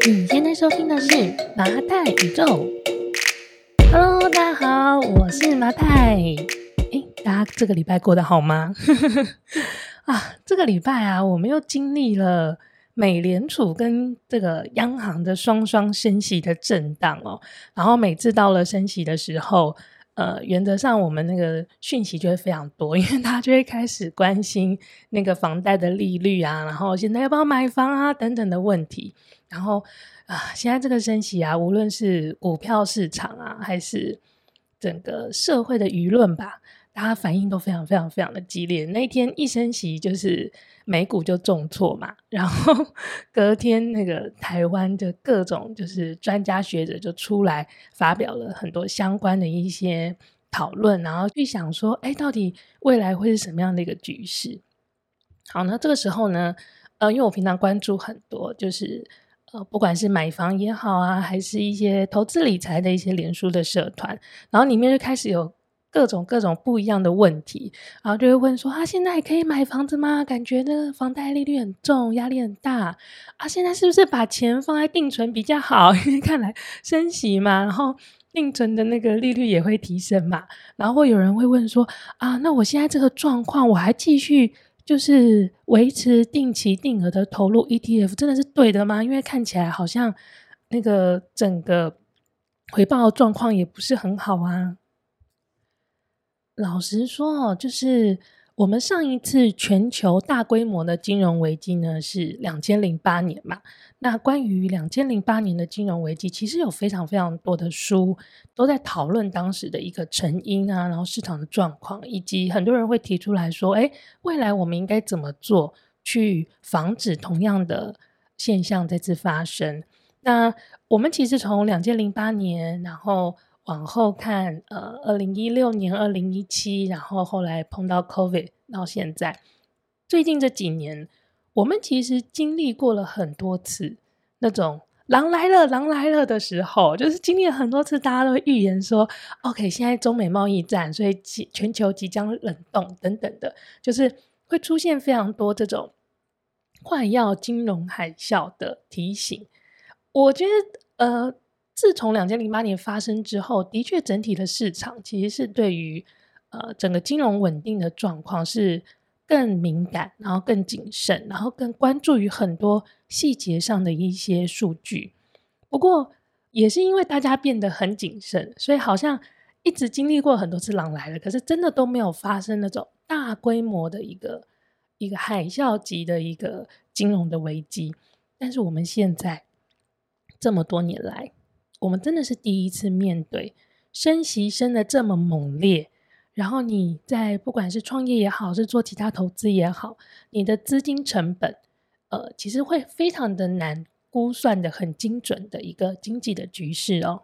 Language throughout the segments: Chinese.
你现在收听的是麻太宇宙。Hello， 大家好，我是麻太。大家这个礼拜过得好吗？这个礼拜啊，我们又经历了美联储跟这个央行的双双升息的震荡哦。然后每次到了升息的时候，原则上我们那个讯息就会非常多，因为大家就会开始关心那个房贷的利率啊，然后现在要不要买房啊等等的问题。然后现在这个升息啊，无论是股票市场啊，还是整个社会的舆论吧，大家反应都非常非常非常的激烈。那一天一升息，就是美股就重挫嘛，然后隔天那个台湾的各种就是专家学者就出来发表了很多相关的一些讨论，然后去想说到底未来会是什么样的一个局势。好，那这个时候呢因为我平常关注很多就是不管是买房也好啊，还是一些投资理财的一些脸书的社团，然后里面就开始有各种不一样的问题，然后就会问说现在还可以买房子吗？感觉那个房贷利率很重，压力很大现在是不是把钱放在定存比较好？因为看来升息嘛，然后定存的那个利率也会提升嘛，然后会有人会问说那我现在这个状况我还继续就是维持定期定额的投入 ETF 真的是对的吗？因为看起来好像那个整个回报的状况也不是很好啊。老实说就是我们上一次全球大规模的金融危机呢是2008年嘛，那关于2008年的金融危机其实有非常非常多的书都在讨论当时的一个成因啊，然后市场的状况，以及很多人会提出来说未来我们应该怎么做去防止同样的现象再次发生。那我们其实从2008年然后往后看2016年2017，然后后来碰到 COVID 到现在最近这几年，我们其实经历过了很多次那种狼来了狼来了的时候，就是经历了很多次大家都会预言说 OK 现在中美贸易战，所以全球即将冷冻等等的，就是会出现非常多这种快要金融海啸的提醒。我觉得自从2008年发生之后，的确整体的市场其实是对于整个金融稳定的状况是更敏感，然后更谨慎，然后更关注于很多细节上的一些数据。不过也是因为大家变得很谨慎，所以好像一直经历过很多次狼来了，可是真的都没有发生那种大规模的一个海啸级的一个金融的危机。但是我们现在这么多年来，我们真的是第一次面对升息升得这么猛烈，然后你在不管是创业也好，是做其他投资也好，你的资金成本其实会非常的难估算的很精准的一个经济的局势哦。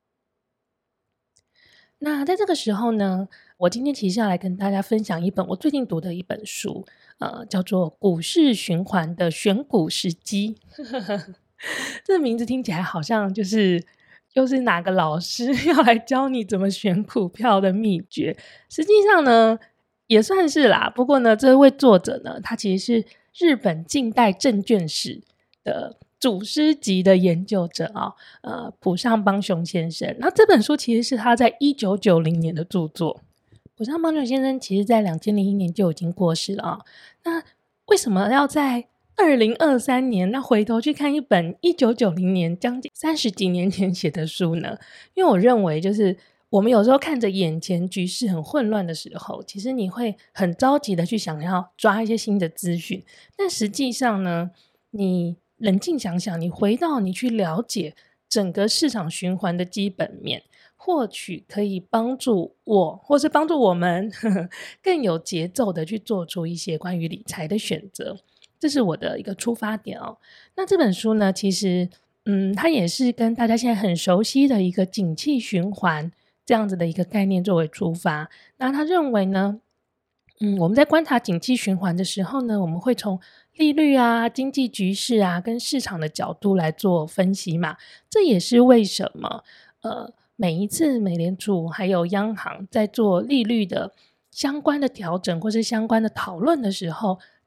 那在这个时候呢，我今天其实要来跟大家分享一本我最近读的一本书，叫做《股市循环的选股时机》。这个名字听起来好像就是哪个老师要来教你怎么选股票的秘诀，实际上呢也算是啦。不过呢，这位作者呢，他其实是日本近代证券史的祖师级的研究者浦上邦雄先生。那这本书其实是他在1990年的著作。浦上邦雄先生其实在2001年就已经过世了那为什么要在2023年那回头去看一本1990年将近30几年前写的书呢？因为我认为就是我们有时候看着眼前局势很混乱的时候，其实你会很着急的去想要抓一些新的资讯，但实际上呢，你冷静想想，你回到你去了解整个市场循环的基本面，或许可以帮助我或是帮助我们更有节奏的去做出一些关于理财的选择，这是我的一个出发点那这本书呢，其实它也是跟大家现在很熟悉的一个景气循环这样子的一个概念作为出发。那他认为呢我们在观察景气循环的时候呢，我们会从利率啊、经济局势啊跟市场的角度来做分析嘛。这也是为什么每一次美联储还有央行在做利率的相关的调整或是相关的讨论的时候，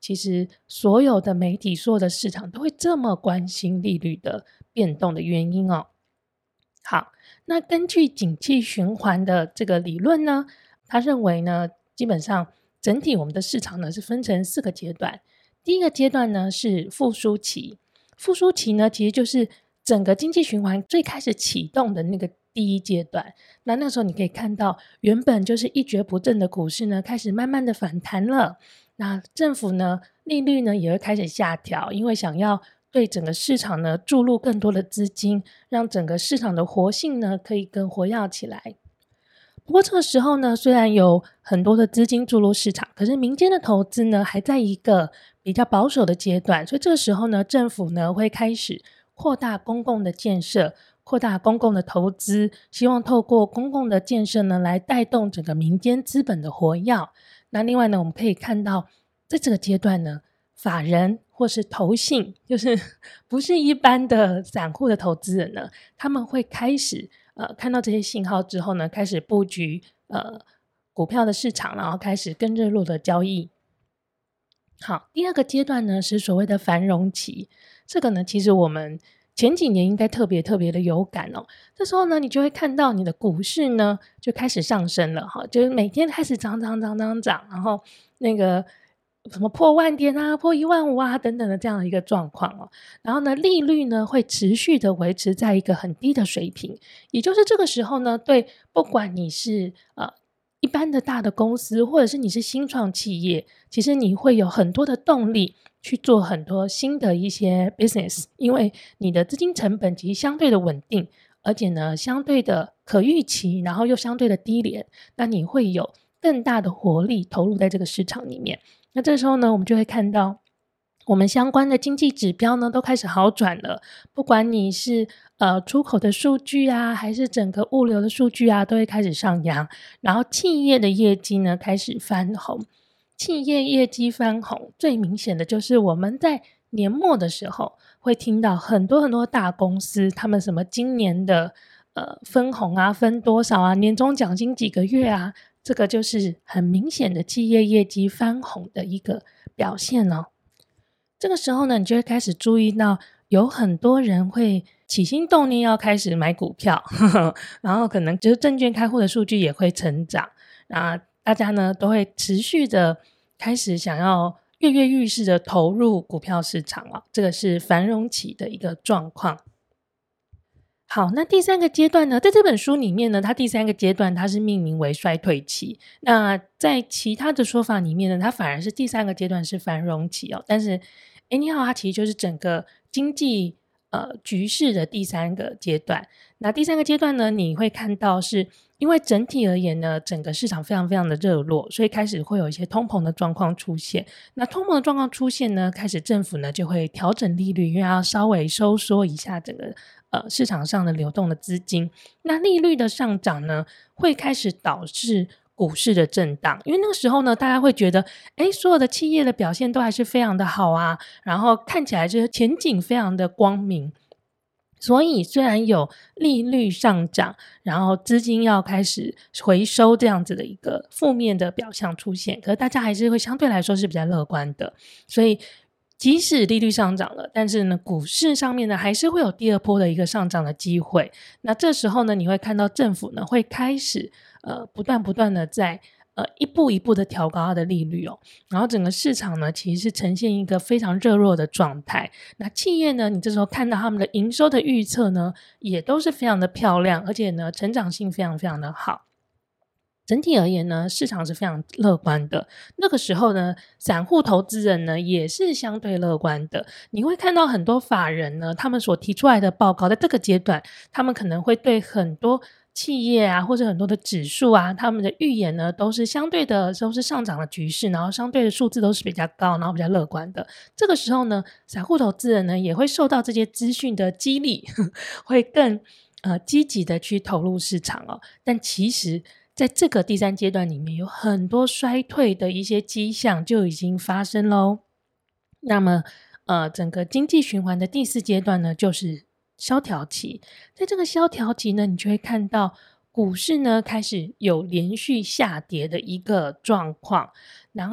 其实所有的媒体、所有的市场都会这么关心利率的变动的原因哦。好，那根据景气循环的这个理论呢，他认为呢，基本上整体我们的市场呢是分成4个阶段。第一个阶段呢是复苏期，复苏期呢其实就是整个经济循环最开始启动的那个第一阶段。那个时候你可以看到，原本就是一蹶不振的股市呢，开始慢慢的反弹了。那政府呢，利率呢也会开始下调，因为想要对整个市场呢注入更多的资金，让整个市场的活性呢可以更活跃起来。不过这个时候呢，虽然有很多的资金注入市场，可是民间的投资呢还在一个比较保守的阶段，所以这个时候呢，政府呢会开始扩大公共的建设，扩大公共的投资，希望透过公共的建设呢来带动整个民间资本的活跃。那另外呢，我们可以看到在这个阶段呢，法人或是投信，就是不是一般的散户的投资人呢，他们会开始看到这些信号之后呢，开始布局股票的市场，然后开始更热络的交易。好，第二个阶段呢是所谓的繁荣期，这个呢其实我们前几年应该特别的有感哦。这时候呢，你就会看到你的股市呢就开始上升了哈，就是每天开始涨，然后那个什么破万点啊，破15000啊等等的这样的一个状况哦。然后呢，利率呢会持续的维持在一个很低的水平，也就是这个时候呢，对不管你是一般的大的公司，或者是你是新创企业，其实你会有很多的动力去做很多新的一些 business， 因为你的资金成本其实相对的稳定，而且呢相对的可预期，然后又相对的低廉，那你会有更大的活力投入在这个市场里面。那这时候呢，我们就会看到我们相关的经济指标呢都开始好转了，不管你是出口的数据啊，还是整个物流的数据啊，都会开始上扬，然后企业的业绩呢开始翻红。企业业绩翻红最明显的就是我们在年末的时候会听到很多大公司，他们什么今年的分红啊，分多少啊，年终奖金几个月啊，这个就是很明显的企业业绩翻红的一个表现哦。这个时候呢，你就会开始注意到有很多人会起心动念要开始买股票然后可能就是证券开户的数据也会成长，那大家呢都会持续的开始想要跃跃欲试的投入股票市场哦，这个是繁荣期的一个状况。好，那第三个阶段呢，在这本书里面呢，它第三个阶段它是命名为衰退期，那在其他的说法里面呢，它反而是第三个阶段是繁荣期哦。但是anyhow它其实就是整个经济局势的第三个阶段。那第三个阶段呢，你会看到是因为整体而言呢，整个市场非常的热络，所以开始会有一些通膨的状况出现。那通膨的状况出现呢，开始政府呢就会调整利率，因为要稍微收缩一下整个市场上的流动的资金。那利率的上涨呢，会开始导致股市的震荡，因为那个时候呢，大家会觉得所有的企业的表现都还是非常的好啊，然后看起来就是前景非常的光明。所以虽然有利率上涨，然后资金要开始回收这样子的一个负面的表象出现，可是大家还是会相对来说是比较乐观的。所以即使利率上涨了，但是呢，股市上面呢还是会有第二波的一个上涨的机会。那这时候呢，你会看到政府呢会开始不断的在一步一步的调高它的利率哦，然后整个市场呢其实是呈现一个非常热络的状态。那企业呢，你这时候看到他们的营收的预测呢，也都是非常的漂亮，而且呢成长性非常的好。整体而言呢，市场是非常乐观的。那个时候呢，散户投资人呢也是相对乐观的。你会看到很多法人呢，他们所提出来的报告，在这个阶段，他们可能会对很多企业啊，或者很多的指数啊，他们的预言呢，都是相对的都是上涨的局势，然后相对的数字都是比较高，然后比较乐观的。这个时候呢，散户投资人呢也会受到这些资讯的激励，会更积极的去投入市场哦。但其实在这个第三阶段里面，有很多衰退的一些迹象就已经发生咯。那么整个经济循环的第四阶段呢，就是萧条期。在这个萧条期呢，你就会看到股市呢开始有连续下跌的一个状况，然后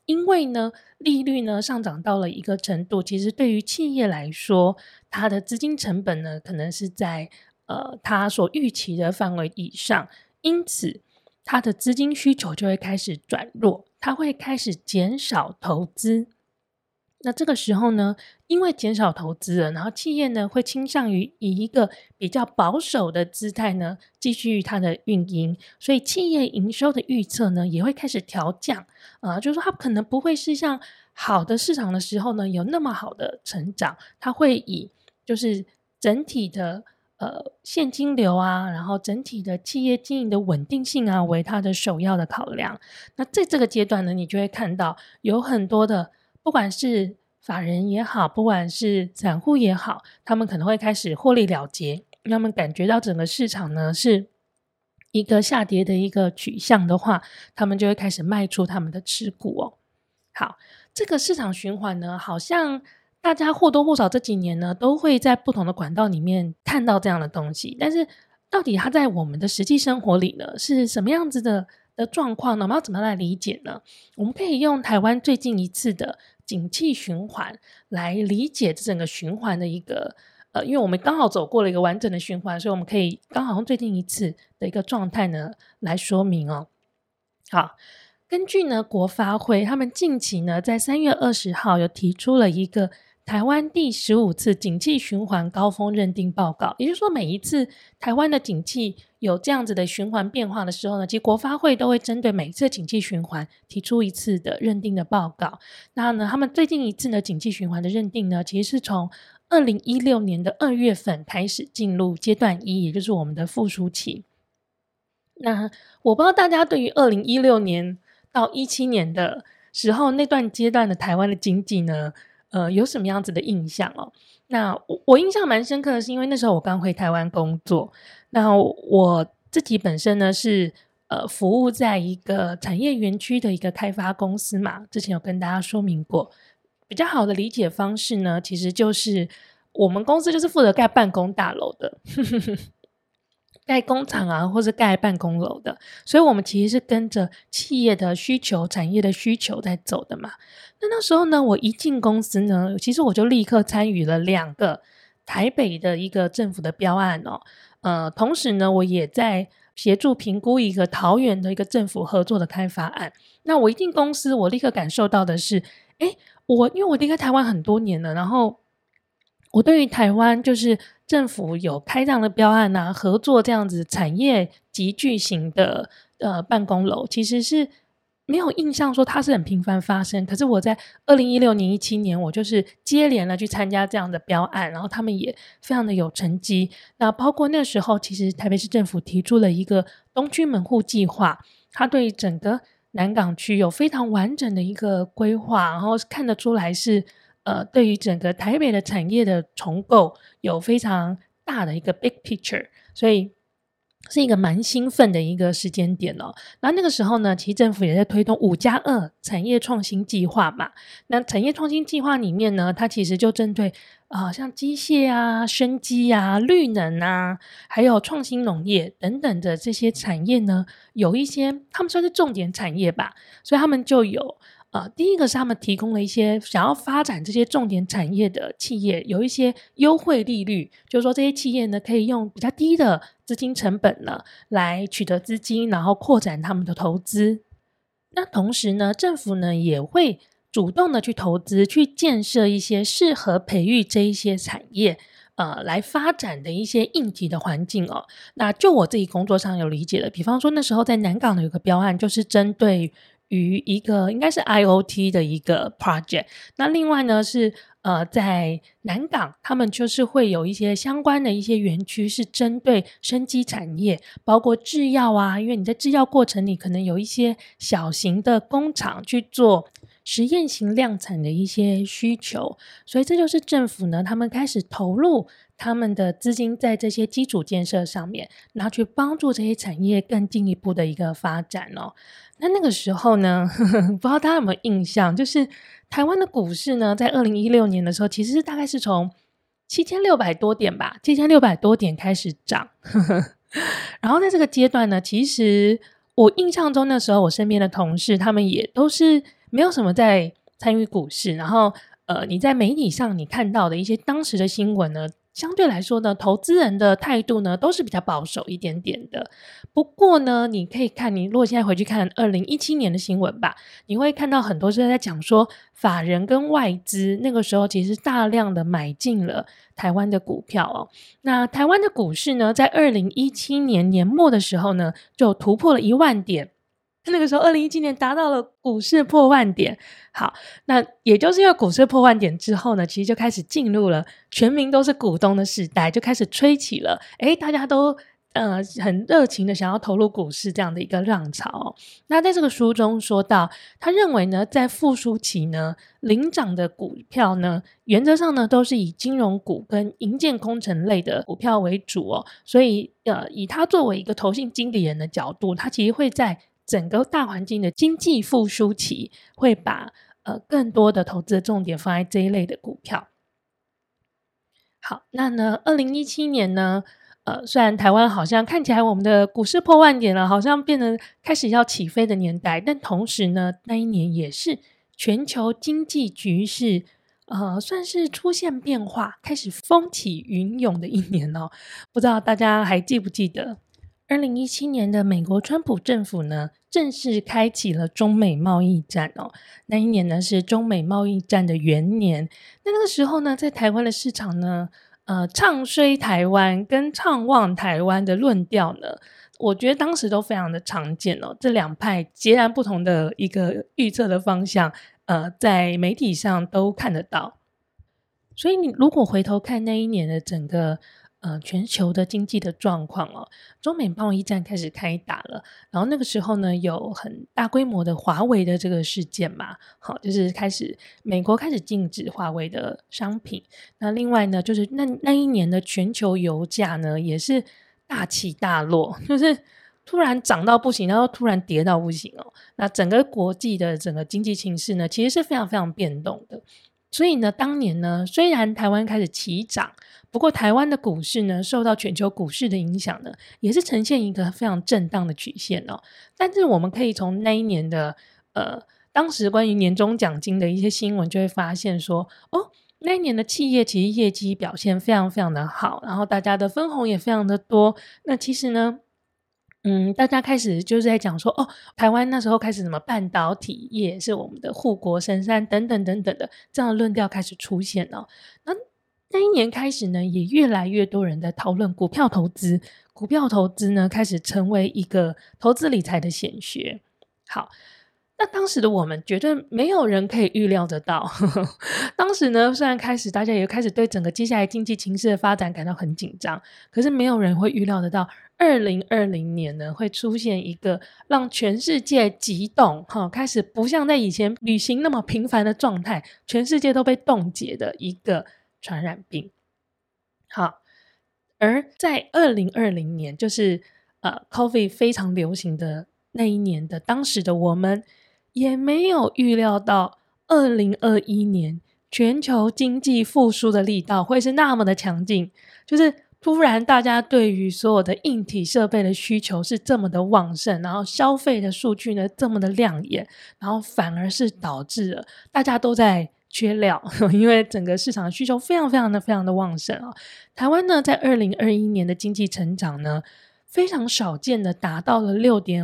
因为呢利率呢上涨到了一个程度，其实对于企业来说，它的资金成本呢可能是在它所预期的范围以上，因此它的资金需求就会开始转弱，它会开始减少投资。那这个时候呢，因为减少投资了，然后企业呢会倾向于以一个比较保守的姿态呢继续它的运营，所以企业营收的预测呢也会开始调降，就是说它可能不会是像好的市场的时候呢有那么好的成长，它会以就是整体的现金流啊，然后整体的企业经营的稳定性啊为它的首要的考量。那在这个阶段呢，你就会看到有很多的不管是法人也好，不管是散户也好，他们可能会开始获利了结，他们感觉到整个市场呢是一个下跌的一个取向的话，他们就会开始卖出他们的持股哦。好，这个市场循环呢，好像大家或多或少这几年呢，都会在不同的管道里面看到这样的东西，但是到底它在我们的实际生活里呢，是什么样子的状况呢？我们要怎么来理解呢？我们可以用台湾最近一次的景气循环来理解这整个循环的一个因为我们刚好走过了一个完整的循环，所以我们可以刚好用最近一次的一个状态呢来说明哦。好，根据呢国发会他们近期呢在3月20号有提出了一个台湾第15次景气循环高峰认定报告，也就是说每一次台湾的景气有这样子的循环变化的时候呢，其实国发会都会针对每一次景气循环提出一次的认定的报告。那呢他们最近一次的景气循环的认定呢，其实是从2016年的2月份开始进入阶段1，也就是我们的复苏期。那我不知道大家对于2016年到17年的时候那段阶段的台湾的经济呢有什么样子的印象哦？那我印象蛮深刻的是，因为那时候我刚回台湾工作，那我自己本身呢是服务在一个产业园区的一个开发公司嘛，之前有跟大家说明过。比较好的理解方式呢，其实就是我们公司就是负责盖办公大楼的盖工厂啊，或是盖办公楼的，所以我们其实是跟着企业的需求、产业的需求在走的嘛。那时候呢，我一进公司呢，其实我就立刻参与了2个台北的一个政府的标案哦。同时呢，我也在协助评估一个桃园的一个政府合作的开发案。那我一进公司，我立刻感受到的是，因为我离开台湾很多年了，然后我对于台湾就是政府有开这样的标案啊，合作这样子产业集聚型的办公楼，其实是没有印象说它是很频繁发生。可是我在2016年、17年，我就是接连了去参加这样的标案，然后他们也非常的有成绩。那包括那时候，其实台北市政府提出了一个东区门户计划，它对整个南港区有非常完整的一个规划，然后看得出来是对于整个台北的产业的重构有非常大的一个 big picture， 所以是一个蛮兴奋的一个时间点哦。然后那个时候呢，其实政府也在推动5+2产业创新计划嘛。那产业创新计划里面呢，它其实就针对像机械啊、生机啊、绿能啊，还有创新农业等等的这些产业呢，有一些他们算是重点产业吧，所以他们就有第一个是他们提供了一些想要发展这些重点产业的企业有一些优惠利率，就是说这些企业呢可以用比较低的资金成本呢来取得资金，然后扩展他们的投资。那同时呢，政府呢也会主动的去投资，去建设一些适合培育这一些产业来发展的一些应急的环境哦。那就我自己工作上有理解的，比方说那时候在南港的有个标案，就是针对于一个应该是 IoT 的一个 project。 那另外呢是在南港他们就是会有一些相关的一些园区是针对生机产业，包括制药啊，因为你在制药过程里可能有一些小型的工厂去做实验型量产的一些需求，所以这就是政府呢他们开始投入他们的资金在这些基础建设上面，然后去帮助这些产业更进一步的一个发展哦。那个时候呢不知道大家有没有印象，就是台湾的股市呢在2016年的时候其实大概是从7600多点吧，7600多点开始涨然后在这个阶段呢，其实我印象中那时候我身边的同事他们也都是没有什么在参与股市，然后你在媒体上你看到的一些当时的新闻呢，相对来说呢，投资人的态度呢都是比较保守一点点的。不过呢，你可以看，你如果现在回去看2017年的新闻吧，你会看到很多是在讲说法人跟外资那个时候其实大量的买进了台湾的股票哦。那台湾的股市呢，在2017年年末的时候呢，就突破了1万点。那个时候2017年达到了股市破万点。好，那也就是因为股市破万点之后呢，其实就开始进入了全民都是股东的时代，就开始吹起了大家都很热情的想要投入股市这样的一个浪潮哦。那在这个书中说到，他认为呢，在复苏期呢，领涨的股票呢，原则上呢都是以金融股跟营建工程类的股票为主哦。所以以他作为一个投信经理人的角度，他其实会在整个大环境的经济复苏期，会把更多的投资的重点放在这一类的股票。好，那呢2017年呢虽然台湾好像看起来我们的股市破万点了，好像变得开始要起飞的年代，但同时呢，那一年也是全球经济局势算是出现变化，开始风起云涌的一年哦。不知道大家还记不记得2017年的美国川普政府呢，正式开启了中美贸易战哦。那一年呢是中美贸易战的元年。那个时候呢，在台湾的市场呢，唱衰台湾跟唱旺台湾的论调呢，我觉得当时都非常的常见哦。这两派截然不同的一个预测的方向，在媒体上都看得到。所以你如果回头看那一年的整个全球的经济的状况哦，中美贸易战开始开打了，然后那个时候呢，有很大规模的华为的这个事件嘛，好，就是美国开始禁止华为的商品。那另外呢，就是那一年的全球油价呢，也是大起大落，就是突然涨到不行，然后突然跌到不行哦。那整个国际的整个经济情势呢，其实是非常非常变动的。所以呢，当年呢，虽然台湾开始起涨，不过台湾的股市呢，受到全球股市的影响呢，也是呈现一个非常震荡的曲线哦。但是我们可以从那一年的当时关于年终奖金的一些新闻，就会发现说，那一年的企业其实业绩表现非常非常的好，然后大家的分红也非常的多。那其实呢，大家开始就是在讲说，台湾那时候开始什么半导体业是我们的护国神山等等等等的这样的论调开始出现哦。那一年开始呢，也越来越多人在讨论股票投资。股票投资呢，开始成为一个投资理财的显学。好，那当时的我们绝对没有人可以预料得到当时呢，虽然大家也开始对整个接下来经济情势的发展感到很紧张，可是没有人会预料得到2020年呢，会出现一个让全世界急冻开始不像在以前旅行那么频繁的状态，全世界都被冻结的一个传染病。好，而在2020年，就是COVID 非常流行的那一年的当时的我们，也没有预料到2021年全球经济复苏的力道会是那么的强劲，就是突然大家对于所有的硬体设备的需求是这么的旺盛，然后消费的数据呢这么的亮眼，然后反而是导致了大家都在缺料因为整个市场的需求非常非常的旺盛哦。台湾呢在2021年的经济成长呢非常少见的达到了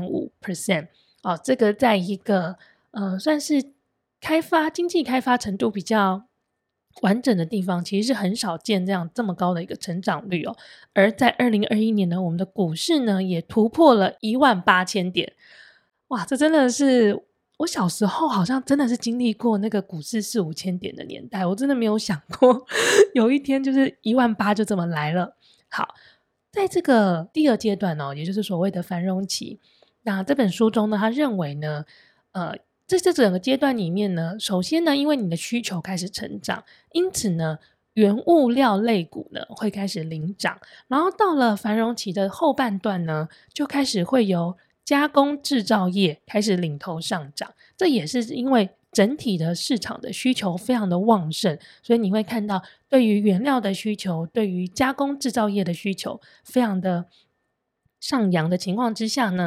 6.5% 这个在一个算是经济开发程度比较完整的地方，其实是很少见这么高的一个成长率哦。而在2021年呢，我们的股市呢也突破了18000点。哇，这真的是我小时候好像真的是经历过那个股市4-5千点的年代，我真的没有想过有一天就是18000就这么来了。好，在这个第二阶段也就是所谓的繁荣期，那这本书中呢，他认为呢在这整个阶段里面呢，首先呢，因为你的需求开始成长，因此呢原物料类股呢会开始领涨，然后到了繁荣期的后半段呢，就开始会由加工制造业开始领头上涨。这也是因为整体的市场的需求非常的旺盛，所以你会看到对于原料的需求，对于加工制造业的需求非常的上扬的情况之下呢，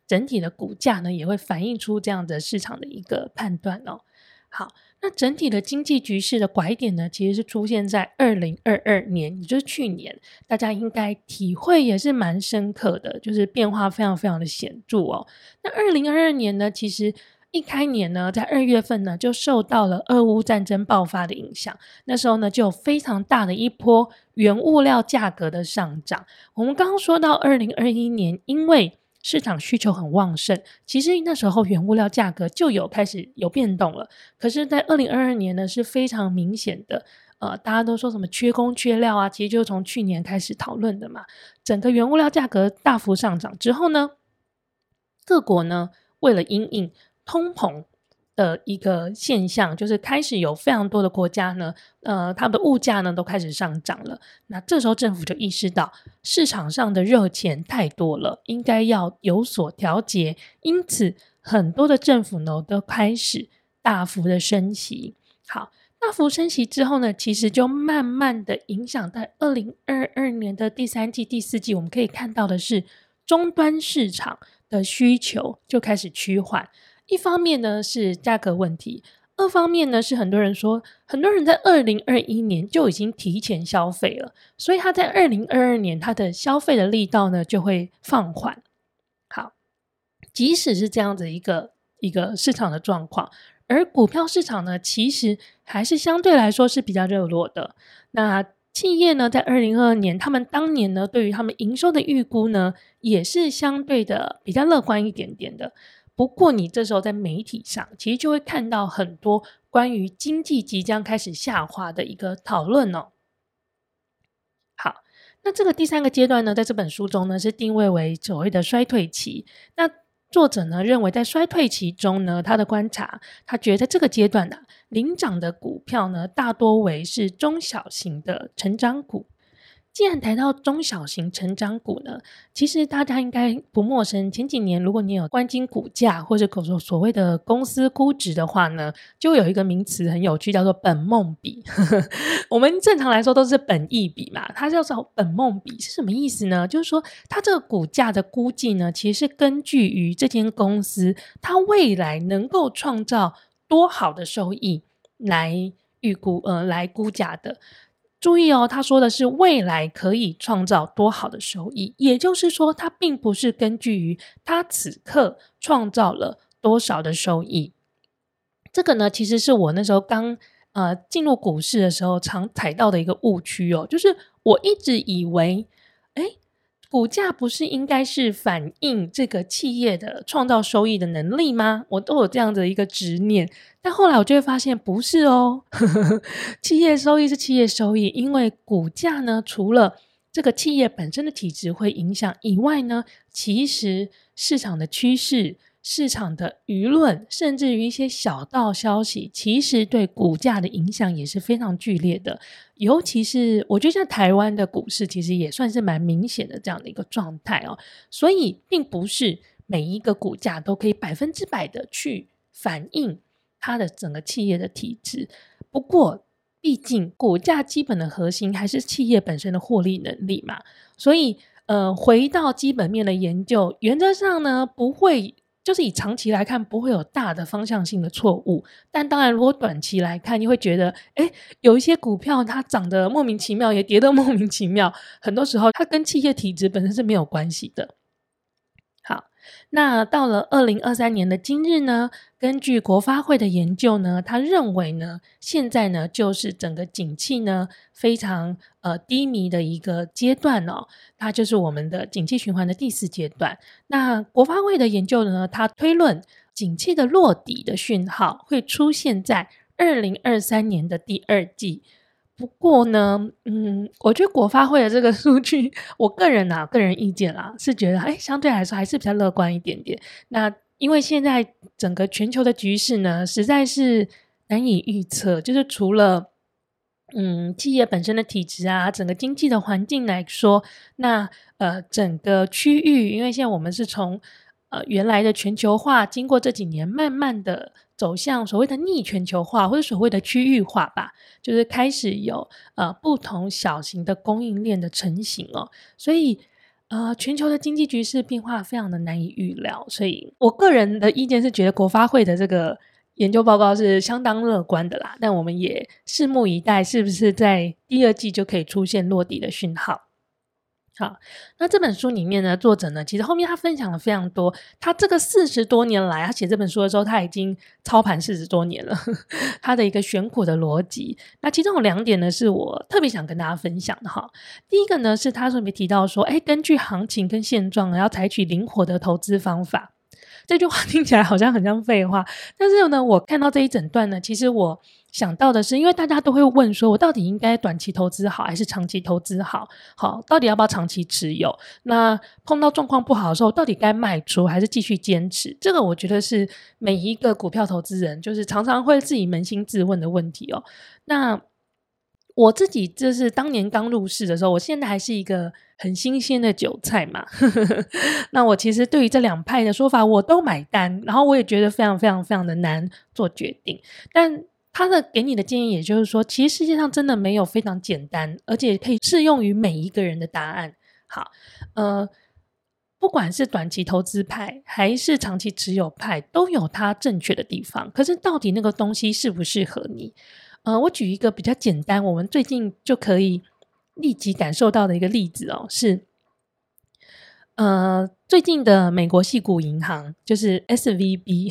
整体的股价呢也会反映出这样的市场的一个判断哦。好，那整体的经济局势的拐点呢，其实是出现在2022年，也就是去年，大家应该体会也是蛮深刻的，就是变化非常非常的显著哦。那2022年呢，其实一开年呢，在2月份呢，就受到了俄乌战争爆发的影响，那时候呢，就有非常大的一波原物料价格的上涨。我们刚刚说到2021年，因为市场需求很旺盛，其实那时候原物料价格就开始有变动了。可是在2022年呢，是非常明显的，大家都说什么缺工缺料啊，其实就是从去年开始讨论的嘛。整个原物料价格大幅上涨之后呢，各国呢为了因应通膨的一个现象，就是开始有非常多的国家呢，他们的物价呢都开始上涨了。那这时候政府就意识到市场上的热钱太多了，应该要有所调节，因此很多的政府呢都开始大幅的升息。好，大幅升息之后呢，其实就慢慢的影响在2022年的第3季、第4季，我们可以看到的是终端市场的需求就开始趋缓。一方面呢是价格问题，二方面呢是很多人在2021年就已经提前消费了，所以他在2022年他的消费的力道呢就会放缓。好，即使是这样子一个市场的状况，而股票市场呢其实还是相对来说是比较热络的。那企业呢在2022年他们当年呢对于他们营收的预估呢也是相对的比较乐观一点点的。不过你这时候在媒体上其实就会看到很多关于经济即将开始下滑的一个讨论哦。好，那这个第3个阶段呢，在这本书中呢是定位为所谓的衰退期。那作者呢认为在衰退期中呢，他的观察，他觉得在这个阶段呢，领涨的股票呢大多为是中小型的成长股。既然谈到中小型成长股呢，其实大家应该不陌生，前几年如果你有关心股价或者所谓的公司估值的话呢，就有一个名词很有趣，叫做本梦比我们正常来说都是本益比嘛，它叫做本梦比是什么意思呢？就是说它这个股价的估计呢，其实是根据于这间公司它未来能够创造多好的收益来预估来估价的。注意哦，他说的是未来可以创造多好的收益，也就是说它并不是根据于它此刻创造了多少的收益。这个呢其实是我那时候刚进入股市的时候常踩到的一个误区哦，就是我一直以为股价不是应该是反映这个企业的创造收益的能力吗？我都有这样的一个执念，但后来我就会发现不是哦企业收益是企业收益，因为股价呢除了这个企业本身的体质会影响以外呢，其实市场的趋势、市场的舆论，甚至于一些小道消息，其实对股价的影响也是非常剧烈的。尤其是我觉得在台湾的股市其实也算是蛮明显的这样的一个状态哦，所以并不是每一个股价都可以100%的去反映它的整个企业的体质。不过毕竟股价基本的核心还是企业本身的获利能力嘛，所以回到基本面的研究，原则上呢不会，就是以长期来看不会有大的方向性的错误，但当然如果短期来看你会觉得有一些股票它涨得莫名其妙也跌得莫名其妙，很多时候它跟企业体质本身是没有关系的。好，那到了2023年的今日呢，根据国发会的研究呢，他认为呢现在呢就是整个景气呢非常低迷的一个阶段哦，它就是我们的景气循环的第4阶段。那国发会的研究呢，它推论景气的落底的讯号会出现在2023年的第2季。不过呢我觉得国发会的这个数据，我个人意见啦，是觉得相对来说还是比较乐观一点点。那因为现在整个全球的局势呢实在是难以预测，就是除了企业本身的体质啊，整个经济的环境来说，那整个区域，因为现在我们是从原来的全球化经过这几年慢慢的走向所谓的逆全球化或者所谓的区域化吧，就是开始有不同小型的供应链的成型哦，所以全球的经济局势变化非常的难以预料，所以我个人的意见是觉得国发会的这个研究报告是相当乐观的啦，但我们也拭目以待，是不是在第二季就可以出现落地的讯号。好，那这本书里面呢，作者呢，其实后面他分享了非常多，他这个40多年来，他写这本书的时候，他已经操盘40多年了，他的一个选股的逻辑。那其中有2点呢，是我特别想跟大家分享的哈。第一个呢，是他特别提到说，根据行情跟现状呢，要采取灵活的投资方法。这句话听起来好像很像废话，但是呢，我看到这一整段呢，其实我想到的是，因为大家都会问说，我到底应该短期投资好还是长期投资好？好，到底要不要长期持有？那碰到状况不好的时候，到底该卖出还是继续坚持？这个我觉得是每一个股票投资人就是常常会自己扪心自问的问题哦。那我自己就是当年刚入市的时候，我现在还是一个很新鲜的韭菜嘛那我其实对于这2派的说法我都买单，然后我也觉得非常非常非常的难做决定，但他的给你的建议也就是说，其实世界上真的没有非常简单而且可以适用于每一个人的答案。好，不管是短期投资派还是长期持有派都有它正确的地方，可是到底那个东西适不适合你？我举一个比较简单，我们最近就可以立即感受到的一个例子哦，是最近的美国矽谷银行就是 SVB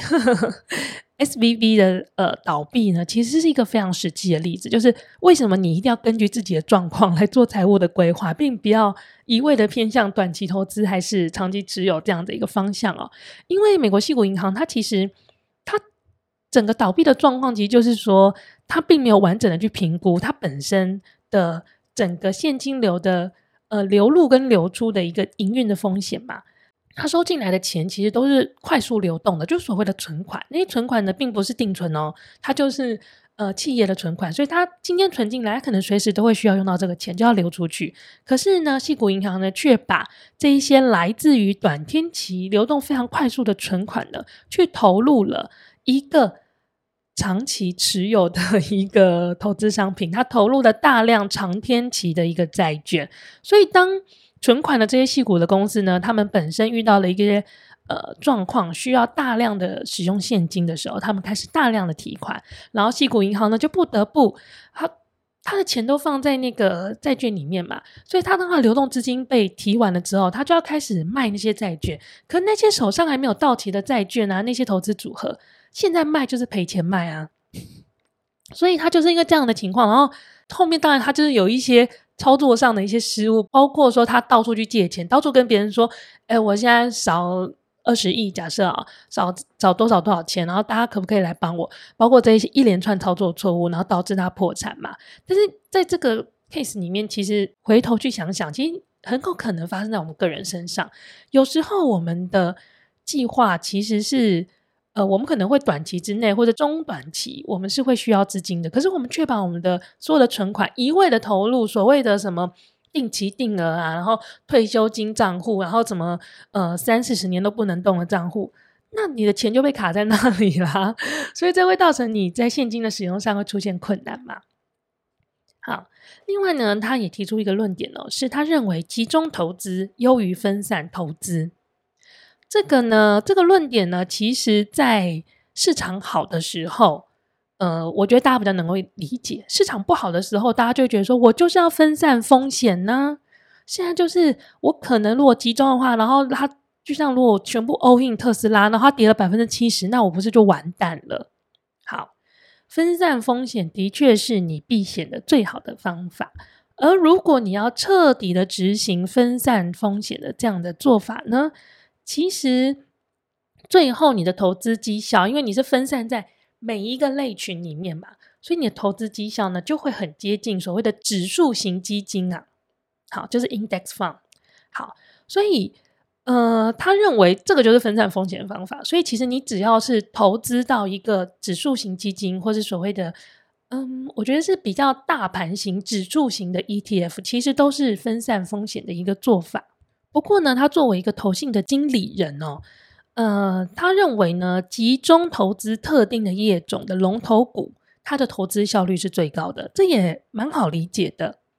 SVB 的倒闭呢，其实是一个非常实际的例子，就是为什么你一定要根据自己的状况来做财务的规划，并不要一味的偏向短期投资还是长期持有这样的一个方向哦。因为美国矽谷银行它其实它整个倒闭的状况，其实就是说它并没有完整的去评估它本身的整个现金流的流入跟流出的一个营运的风险嘛。他收进来的钱其实都是快速流动的，就是所谓的存款。那些存款呢，并不是定存哦，它就是企业的存款，所以它今天存进来，它可能随时都会需要用到这个钱，就要流出去。可是呢，矽谷银行呢，却把这一些来自于短天期流动非常快速的存款呢，去投入了一个长期持有的一个投资商品，它投入了大量长天期的一个债券。所以当存款的这些矽谷的公司呢，他们本身遇到了一些状况，需要大量的使用现金的时候，他们开始大量的提款，然后矽谷银行呢就不得不他的钱都放在那个债券里面嘛，所以他当他流动资金被提完了之后，他就要开始卖那些债券。可那些手上还没有到期的债券啊，那些投资组合现在卖就是赔钱卖啊，所以他就是因为这样的情况，然后后面当然他就是有一些操作上的一些失误，包括说他到处去借钱，到处跟别人说我现在少20亿，假设少多少多少钱，然后大家可不可以来帮我，包括这一连串操作错误，然后导致他破产嘛。但是在这个 case 里面，其实回头去想想，其实很有可能发生在我们个人身上。有时候我们的计划其实是我们可能会短期之内或者中短期我们是会需要资金的，可是我们却把我们的所有的存款一味的投入所谓的什么定期定额啊，然后退休金账户，然后怎么30-40年都不能动的账户，那你的钱就被卡在那里啦所以这会造成你在现金的使用上会出现困难嘛。好，另外呢，他也提出一个论点哦，是他认为集中投资优于分散投资。这个论点呢，其实在市场好的时候我觉得大家比较能够理解。市场不好的时候，大家就会觉得说我就是要分散风险呢。现在就是我可能如果集中的话，然后它就像如果我全部 all in 特斯拉，然后它跌了 70%， 那我不是就完蛋了。好，分散风险的确是你避险的最好的方法，而如果你要彻底的执行分散风险的这样的做法呢，其实最后你的投资绩效，因为你是分散在每一个类群里面嘛，所以你的投资绩效呢就会很接近所谓的指数型基金啊。好，就是 index fund。 好，所以他认为这个就是分散风险的方法。所以其实你只要是投资到一个指数型基金，或是所谓的我觉得是比较大盘型指数型的 ETF， 其实都是分散风险的一个做法。不过呢，他作为一个投信的经理人哦，他认为呢，集中投资特定的业种的龙头股，它的投资效率是最高的，这也蛮好理解的。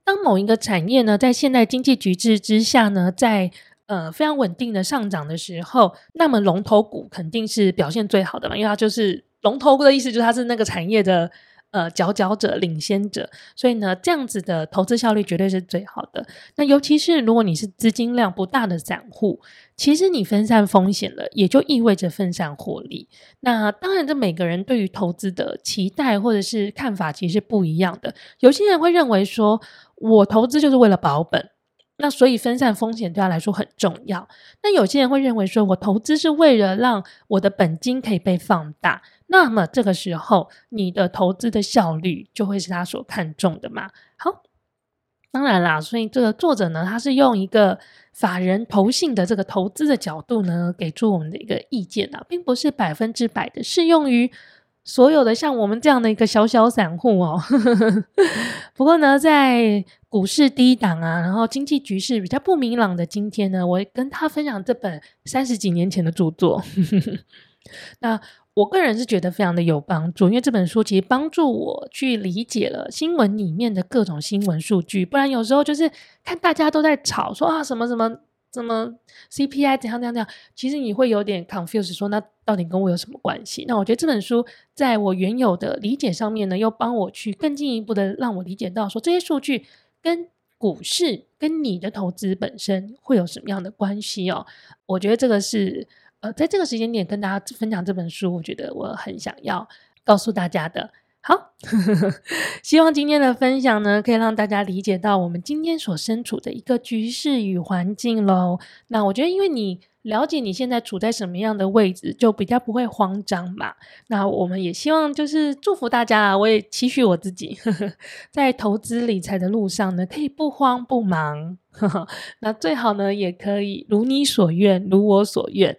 当某一个产业呢，在现代经济局势之下呢，在非常稳定的上涨的时候，那么龙头股肯定是表现最好的嘛，因为它就是龙头的意思，就是它是那个产业的佼佼者、领先者，所以呢，这样子的投资效率绝对是最好的。那尤其是如果你是资金量不大的散户，其实你分散风险了，也就意味着分散获利。那当然，这每个人对于投资的期待或者是看法其实是不一样的。有些人会认为说，我投资就是为了保本，那所以分散风险对他来说很重要。那有些人会认为说，我投资是为了让我的本金可以被放大，那么这个时候你的投资的效率就会是他所看重的嘛。好，当然啦，所以这个作者呢，他是用一个法人投信的这个投资的角度呢，给出我们的一个意见啊，并不是100%的适用于所有的像我们这样的一个小小散户哦。不过呢，在股市低档啊，然后经济局势比较不明朗的今天呢，我跟他分享这本30几年前的著作。那我个人是觉得非常的有帮助，因为这本书其实帮助我去理解了新闻里面的各种新闻数据，不然有时候就是看大家都在吵说啊什么什么什么 CPI 怎样怎样怎样，其实你会有点 confused 说那到底跟我有什么关系。那我觉得这本书在我原有的理解上面呢，又帮我去更进一步的让我理解到说这些数据跟股市跟你的投资本身会有什么样的关系哦。我觉得这个是在这个时间点跟大家分享这本书，我觉得我很想要告诉大家的。好，希望今天的分享呢，可以让大家理解到我们今天所身处的一个局势与环境咯。那我觉得因为你了解你现在处在什么样的位置，就比较不会慌张嘛。那我们也希望就是祝福大家啦，我也期许我自己在投资理财的路上呢，可以不慌不忙。那最好呢，也可以如你所愿，如我所愿。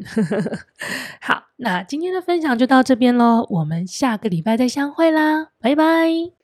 好，那今天的分享就到这边咯，我们下个礼拜再相会啦，拜拜。